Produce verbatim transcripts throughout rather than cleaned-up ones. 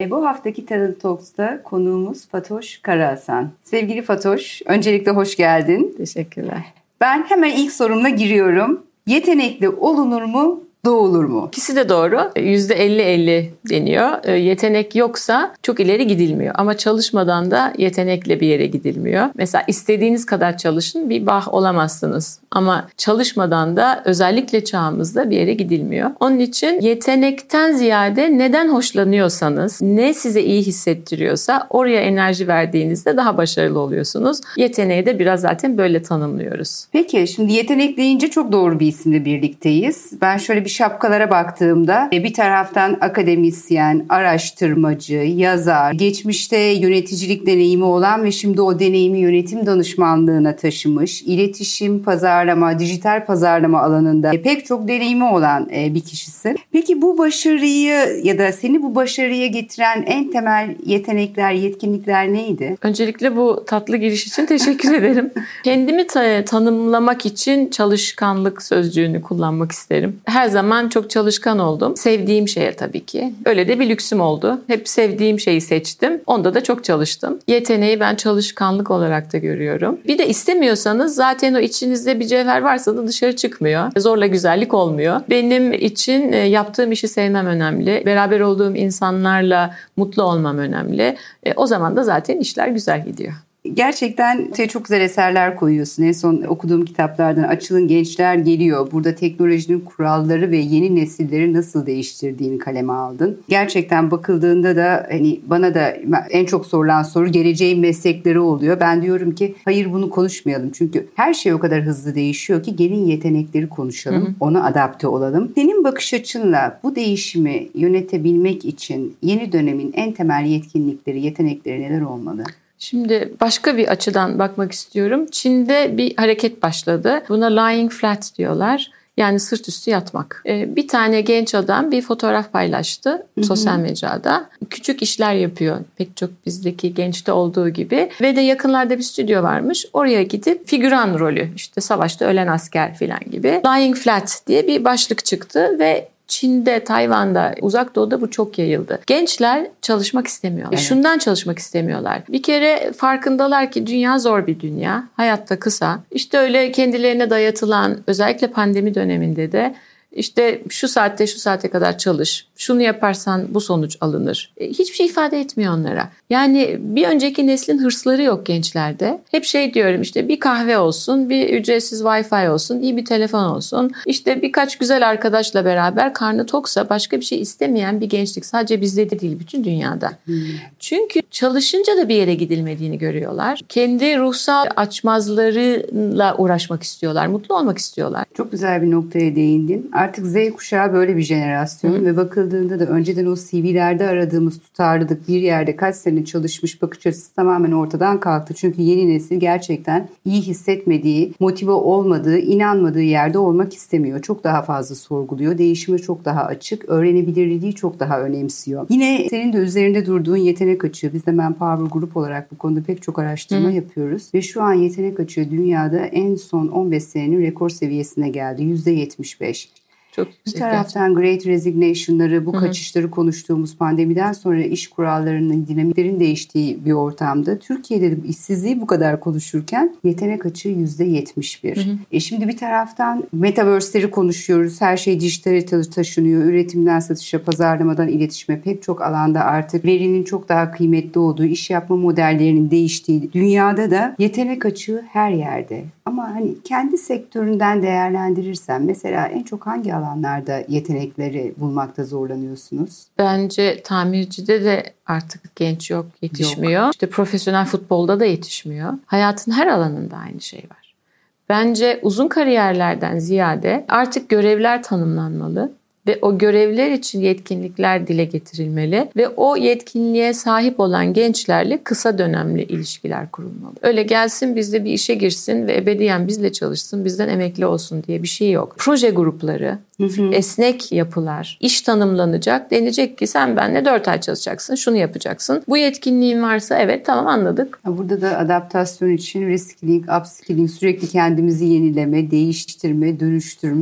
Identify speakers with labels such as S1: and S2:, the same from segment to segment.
S1: E, bu haftaki Talent Talks'ta konuğumuz Fatoş Karahasan. Sevgili Fatoş, öncelikle hoş geldin.
S2: Teşekkürler.
S1: Ben hemen ilk sorumla giriyorum. Yetenekli olunur mu, doğulur mu?
S2: İkisi de doğru. yüzde elli elli deniyor. Yetenek yoksa çok ileri gidilmiyor. Ama çalışmadan da yetenekle bir yere gidilmiyor. Mesela istediğiniz kadar çalışın, bir bah olamazsınız. Ama çalışmadan da özellikle çağımızda bir yere gidilmiyor. Onun için yetenekten ziyade neden hoşlanıyorsanız, ne size iyi hissettiriyorsa oraya enerji verdiğinizde daha başarılı oluyorsunuz. Yeteneği de biraz zaten böyle tanımlıyoruz.
S1: Peki şimdi yetenek deyince çok doğru bir isimle birlikteyiz. Ben şöyle bir şapkalara baktığımda bir taraftan akademisyen, araştırmacı, yazar, geçmişte yöneticilik deneyimi olan ve şimdi o deneyimi yönetim danışmanlığına taşımış, iletişim, pazarlama, dijital pazarlama alanında pek çok deneyimi olan bir kişisin. Peki bu başarıyı ya da seni bu başarıya getiren en temel yetenekler, yetkinlikler neydi?
S2: Öncelikle bu tatlı giriş için teşekkür ederim. Kendimi ta- tanımlamak için çalışkanlık sözcüğünü kullanmak isterim. Her zaman çok çalışkan oldum. Sevdiğim şeye tabii ki. Öyle de bir lüksüm oldu. Hep sevdiğim şeyi seçtim. Onda da çok çalıştım. Yeteneği ben çalışkanlık olarak da görüyorum. Bir de istemiyorsanız zaten o içinizde bir cevher varsa da dışarı çıkmıyor. Zorla güzellik olmuyor. Benim için yaptığım işi sevmem önemli. Beraber olduğum insanlarla mutlu olmam önemli. O zaman da zaten işler güzel gidiyor.
S1: Gerçekten çok güzel eserler koyuyorsun. En son okuduğum kitaplardan Açılın Gençler Geliyor. Burada teknolojinin kuralları ve yeni nesilleri nasıl değiştirdiğini kaleme aldın. Gerçekten bakıldığında da hani bana da en çok sorulan soru geleceğin meslekleri oluyor. Ben diyorum ki hayır bunu konuşmayalım. Çünkü her şey o kadar hızlı değişiyor ki gelin yetenekleri konuşalım. Hı hı. Ona adapte olalım. Senin bakış açınla bu değişimi yönetebilmek için yeni dönemin en temel yetkinlikleri, yetenekleri neler olmalı?
S2: Şimdi başka bir açıdan bakmak istiyorum. Çin'de bir hareket başladı. Buna lying flat diyorlar. Yani sırt üstü yatmak. Ee, bir tane genç adam bir fotoğraf paylaştı, hı hı, sosyal mecrada. Küçük işler yapıyor. Pek çok bizdeki gençte olduğu gibi. Ve de yakınlarda bir stüdyo varmış. Oraya gidip figüran rolü, işte savaşta ölen asker falan gibi. Lying flat diye bir başlık çıktı ve Çin'de, Tayvan'da, Uzak Doğu'da bu çok yayıldı. Gençler çalışmak istemiyorlar. Evet. Şundan çalışmak istemiyorlar. Bir kere farkındalar ki dünya zor bir dünya. Hayatta kısa. İşte öyle kendilerine dayatılan, özellikle pandemi döneminde de İşte şu saatte şu saate kadar çalış, şunu yaparsan bu sonuç alınır. Hiçbir şey ifade etmiyor onlara. Yani bir önceki neslin hırsları yok gençlerde. Hep şey diyorum, işte bir kahve olsun, bir ücretsiz Wi-Fi olsun, iyi bir telefon olsun. İşte birkaç güzel arkadaşla beraber karnı toksa başka bir şey istemeyen bir gençlik. Sadece bizde de değil, bütün dünyada. Hmm. Çünkü çalışınca da bir yere gidilmediğini görüyorlar. Kendi ruhsal açmazlarıyla uğraşmak istiyorlar, mutlu olmak istiyorlar.
S1: Çok güzel bir noktaya değindin. Artık Z kuşağı böyle bir jenerasyon. Hı. Ve bakıldığında da önceden o C V'lerde aradığımız tutarlılık, bir yerde kaç sene çalışmış bakış açısı tamamen ortadan kalktı. Çünkü yeni nesil gerçekten iyi hissetmediği, motive olmadığı, inanmadığı yerde olmak istemiyor. Çok daha fazla sorguluyor. Değişime çok daha açık. Öğrenebilirliği çok daha önemsiyor. Yine senin de üzerinde durduğun yetenek açığı. Biz de Manpower Group olarak bu konuda pek çok araştırma Hı. yapıyoruz. Ve şu an yetenek açığı dünyada en son on beş senenin rekor seviyesine geldi. yüzde yetmiş beş.
S2: Çok
S1: bir taraftan Great Resignation'ları, bu Hı-hı. kaçışları konuştuğumuz pandemiden sonra iş kurallarının, dinamiklerin değiştiği bir ortamda Türkiye'de de işsizliği bu kadar konuşurken yetenek açığı yüzde yetmiş bir. E şimdi bir taraftan metaverse'leri konuşuyoruz. Her şey dijitale taşınıyor. Üretimden satışa, pazarlamadan iletişime pek çok alanda artık verinin çok daha kıymetli olduğu, iş yapma modellerinin değiştiği dünyada da yetenek açığı her yerde. Ama hani kendi sektöründen değerlendirirsen mesela en çok hangi alanlarda yetenekleri bulmakta zorlanıyorsunuz?
S2: Bence tamircide de artık genç yok, yetişmiyor. Yok. İşte profesyonel futbolda da yetişmiyor. Hayatın her alanında aynı şey var. Bence uzun kariyerlerden ziyade artık görevler tanımlanmalı. Ve o görevler için yetkinlikler dile getirilmeli ve o yetkinliğe sahip olan gençlerle kısa dönemli ilişkiler kurulmalı. Öyle gelsin bizde bir işe girsin ve ebediyen bizle çalışsın, bizden emekli olsun diye bir şey yok. Proje grupları, hı hı. esnek yapılar, iş tanımlanacak. Denecek ki sen benimle dört ay çalışacaksın, şunu yapacaksın. Bu yetkinliğin varsa evet, tamam, anladık.
S1: Burada da adaptasyon için reskilling, upskilling, sürekli kendimizi yenileme, değiştirme, dönüştürme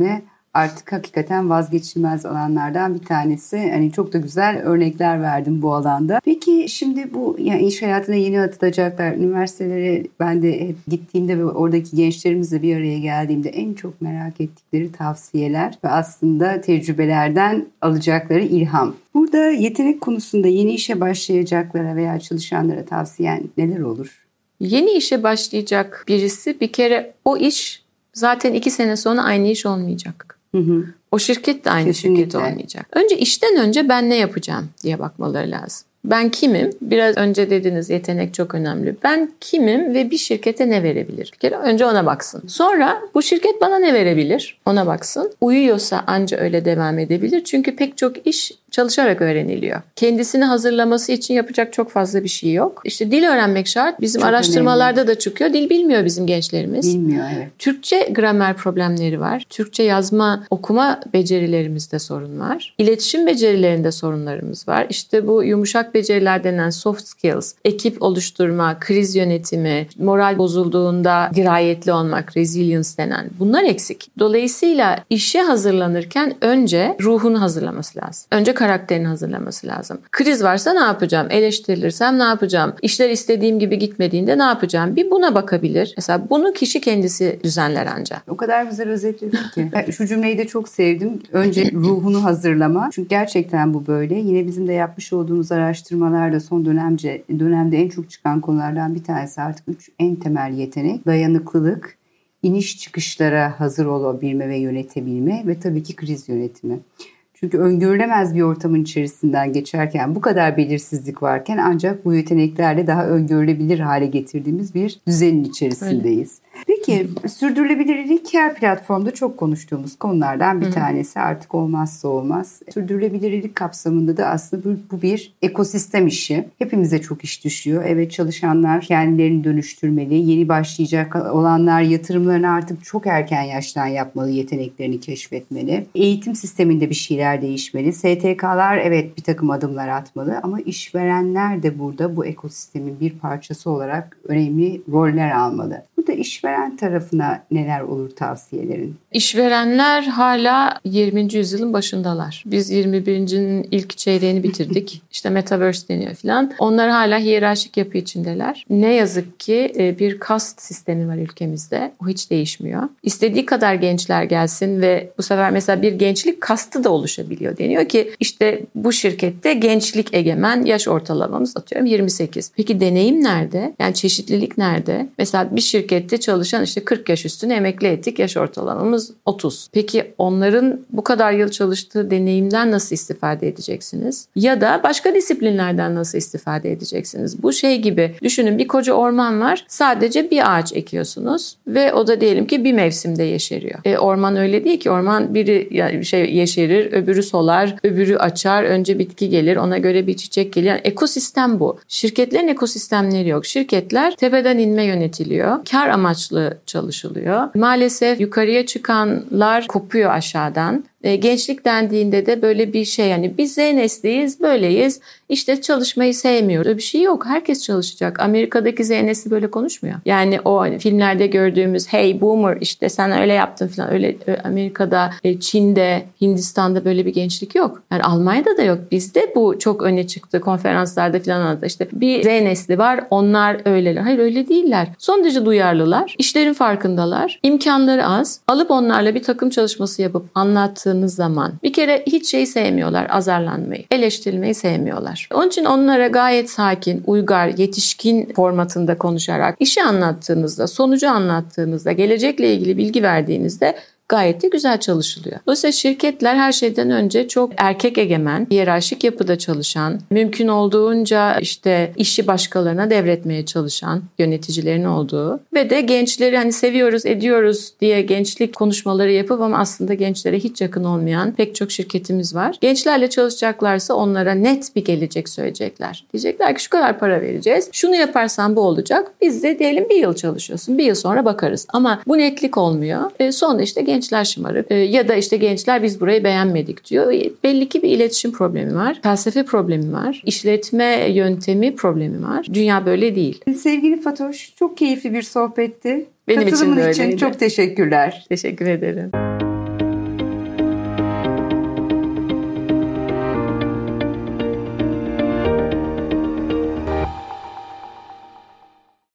S1: artık hakikaten vazgeçilmez alanlardan bir tanesi. Hani çok da güzel örnekler verdim bu alanda. Peki şimdi bu yani iş hayatına yeni atılacaklar. Üniversitelere ben de hep gittiğimde ve oradaki gençlerimizle bir araya geldiğimde en çok merak ettikleri tavsiyeler ve aslında tecrübelerden alacakları ilham. Burada yetenek konusunda yeni işe başlayacaklara veya çalışanlara tavsiyen neler olur?
S2: Yeni işe başlayacak birisi bir kere o iş zaten iki sene sonra aynı iş olmayacak. Hı hı. O şirket de aynı Kesinlikle. şirket olmayacak. Önce işten önce ben ne yapacağım diye bakmaları lazım. Ben kimim? Biraz önce dediniz yetenek çok önemli. Ben kimim ve bir şirkete ne verebilir? Bir kere önce ona baksın. Sonra bu şirket bana ne verebilir? Ona baksın. Uyuyorsa anca öyle devam edebilir. Çünkü pek çok iş çalışarak öğreniliyor. Kendisini hazırlaması için yapacak çok fazla bir şey yok. İşte dil öğrenmek şart. Bizim çok araştırmalarda önemli. Da çıkıyor. Dil bilmiyor bizim gençlerimiz.
S1: Bilmiyor, evet.
S2: Türkçe gramer problemleri var. Türkçe yazma, okuma becerilerimizde sorun var. İletişim becerilerinde sorunlarımız var. İşte bu yumuşak beceriler denen soft skills, ekip oluşturma, kriz yönetimi, moral bozulduğunda dirayetli olmak, resilience denen bunlar eksik. Dolayısıyla işe hazırlanırken önce ruhunu hazırlaması lazım. Önce karakterini hazırlaması lazım. Kriz varsa ne yapacağım? Eleştirilirsem ne yapacağım? İşler istediğim gibi gitmediğinde ne yapacağım? Bir buna bakabilir. Mesela bunu kişi kendisi düzenler ancak.
S1: O kadar güzel özetledin ki. Ben şu cümleyi de çok sevdim. Önce ruhunu hazırlama. Çünkü gerçekten bu böyle. Yine bizim de yapmış olduğumuz araştırmalarda son dönemce dönemde en çok çıkan konulardan bir tanesi artık üç en temel yetenek. Dayanıklılık, iniş çıkışlara hazır olabilme ve yönetebilme ve tabii ki kriz yönetimi. Çünkü öngörülemez bir ortamın içerisinden geçerken bu kadar belirsizlik varken ancak bu yeteneklerle daha öngörülebilir hale getirdiğimiz bir düzenin içerisindeyiz. Öyle. Peki sürdürülebilirlik her platformda çok konuştuğumuz konulardan bir Hı-hı. tanesi artık olmazsa olmaz. Sürdürülebilirlik kapsamında da aslında bu, bu bir ekosistem işi. Hepimize çok iş düşüyor. Evet, çalışanlar kendilerini dönüştürmeli. Yeni başlayacak olanlar yatırımlarını artık çok erken yaştan yapmalı, yeteneklerini keşfetmeli. Eğitim sisteminde bir şeyler değişmeli. S T K'lar evet bir takım adımlar atmalı ama işverenler de burada bu ekosistemin bir parçası olarak önemli roller almalı. Burada işveren tarafına neler olur tavsiyelerin?
S2: İşverenler hala yirminci yüzyılın başındalar. Biz yirmi birincinin ilk çeyreğini bitirdik. İşte Metaverse deniyor falan. Onlar hala hiyerarşik yapı içindeler. Ne yazık ki bir kast sistemi var ülkemizde. O hiç değişmiyor. İstediği kadar gençler gelsin ve bu sefer mesela bir gençlik kastı da oluşabiliyor. Deniyor ki işte bu şirkette gençlik egemen, yaş ortalamamız atıyorum yirmi sekiz. Peki deneyim nerede? Yani çeşitlilik nerede? Mesela bir şirkette çalışan işte kırk yaş üstüne emekli ettik, yaş ortalamamız otuz. Peki onların bu kadar yıl çalıştığı deneyimden nasıl istifade edeceksiniz? Ya da başka disiplinlerden nasıl istifade edeceksiniz? Bu şey gibi düşünün, bir koca orman var, sadece bir ağaç ekiyorsunuz ve o da diyelim ki bir mevsimde yeşeriyor. E, orman öyle değil ki, orman biri yani bir şey yeşerir, öbürü solar, öbürü açar, önce bitki gelir, ona göre bir çiçek gelir. Yani ekosistem bu. Şirketlerin ekosistemleri yok. Şirketler tepeden inme yönetiliyor. Kar amaçlı çalışılıyor. Maalesef yukarıya çıkanlar kopuyor aşağıdan. Gençlik dendiğinde de böyle bir şey, yani biz Z nesliyiz, böyleyiz, işte çalışmayı sevmiyoruz. Öyle bir şey yok. Herkes çalışacak. Amerika'daki Z nesli böyle konuşmuyor. Yani o hani filmlerde gördüğümüz hey boomer işte sen öyle yaptın falan, öyle Amerika'da, Çin'de, Hindistan'da böyle bir gençlik yok. Yani Almanya'da da yok. Bizde bu çok öne çıktı konferanslarda falan anlattı. İşte bir Z nesli var, onlar öyleler. Hayır, öyle değiller. Son derece duyarlılar. İşlerin farkındalar. İmkanları az. Alıp onlarla bir takım çalışması yapıp anlattığınız zaman bir kere hiç şeyi sevmiyorlar, azarlanmayı, eleştirilmeyi sevmiyorlar. Onun için onlara gayet sakin, uygar, yetişkin formatında konuşarak işi anlattığınızda, sonucu anlattığınızda, gelecekle ilgili bilgi verdiğinizde gayet de güzel çalışılıyor. Dolayısıyla şirketler her şeyden önce çok erkek egemen, hiyerarşik yapıda çalışan, mümkün olduğunca işte işi başkalarına devretmeye çalışan yöneticilerin olduğu ve de gençleri hani seviyoruz, ediyoruz diye gençlik konuşmaları yapıp ama aslında gençlere hiç yakın olmayan pek çok şirketimiz var. Gençlerle çalışacaklarsa onlara net bir gelecek söyleyecekler. Diyecekler ki şu kadar para vereceğiz, şunu yaparsan bu olacak. Biz de diyelim bir yıl çalışıyorsun, bir yıl sonra bakarız. Ama bu netlik olmuyor. E sonra işte genç Gençler şımarık ya da işte gençler biz burayı beğenmedik diyor. Belli ki bir iletişim problemi var, felsefe problemi var, işletme yöntemi problemi var. Dünya böyle değil.
S1: Sevgili Fatoş, çok keyifli bir sohbetti.
S2: Benim
S1: Katılımın
S2: için de
S1: için
S2: öyleydi.
S1: Çok teşekkürler.
S2: Teşekkür ederim.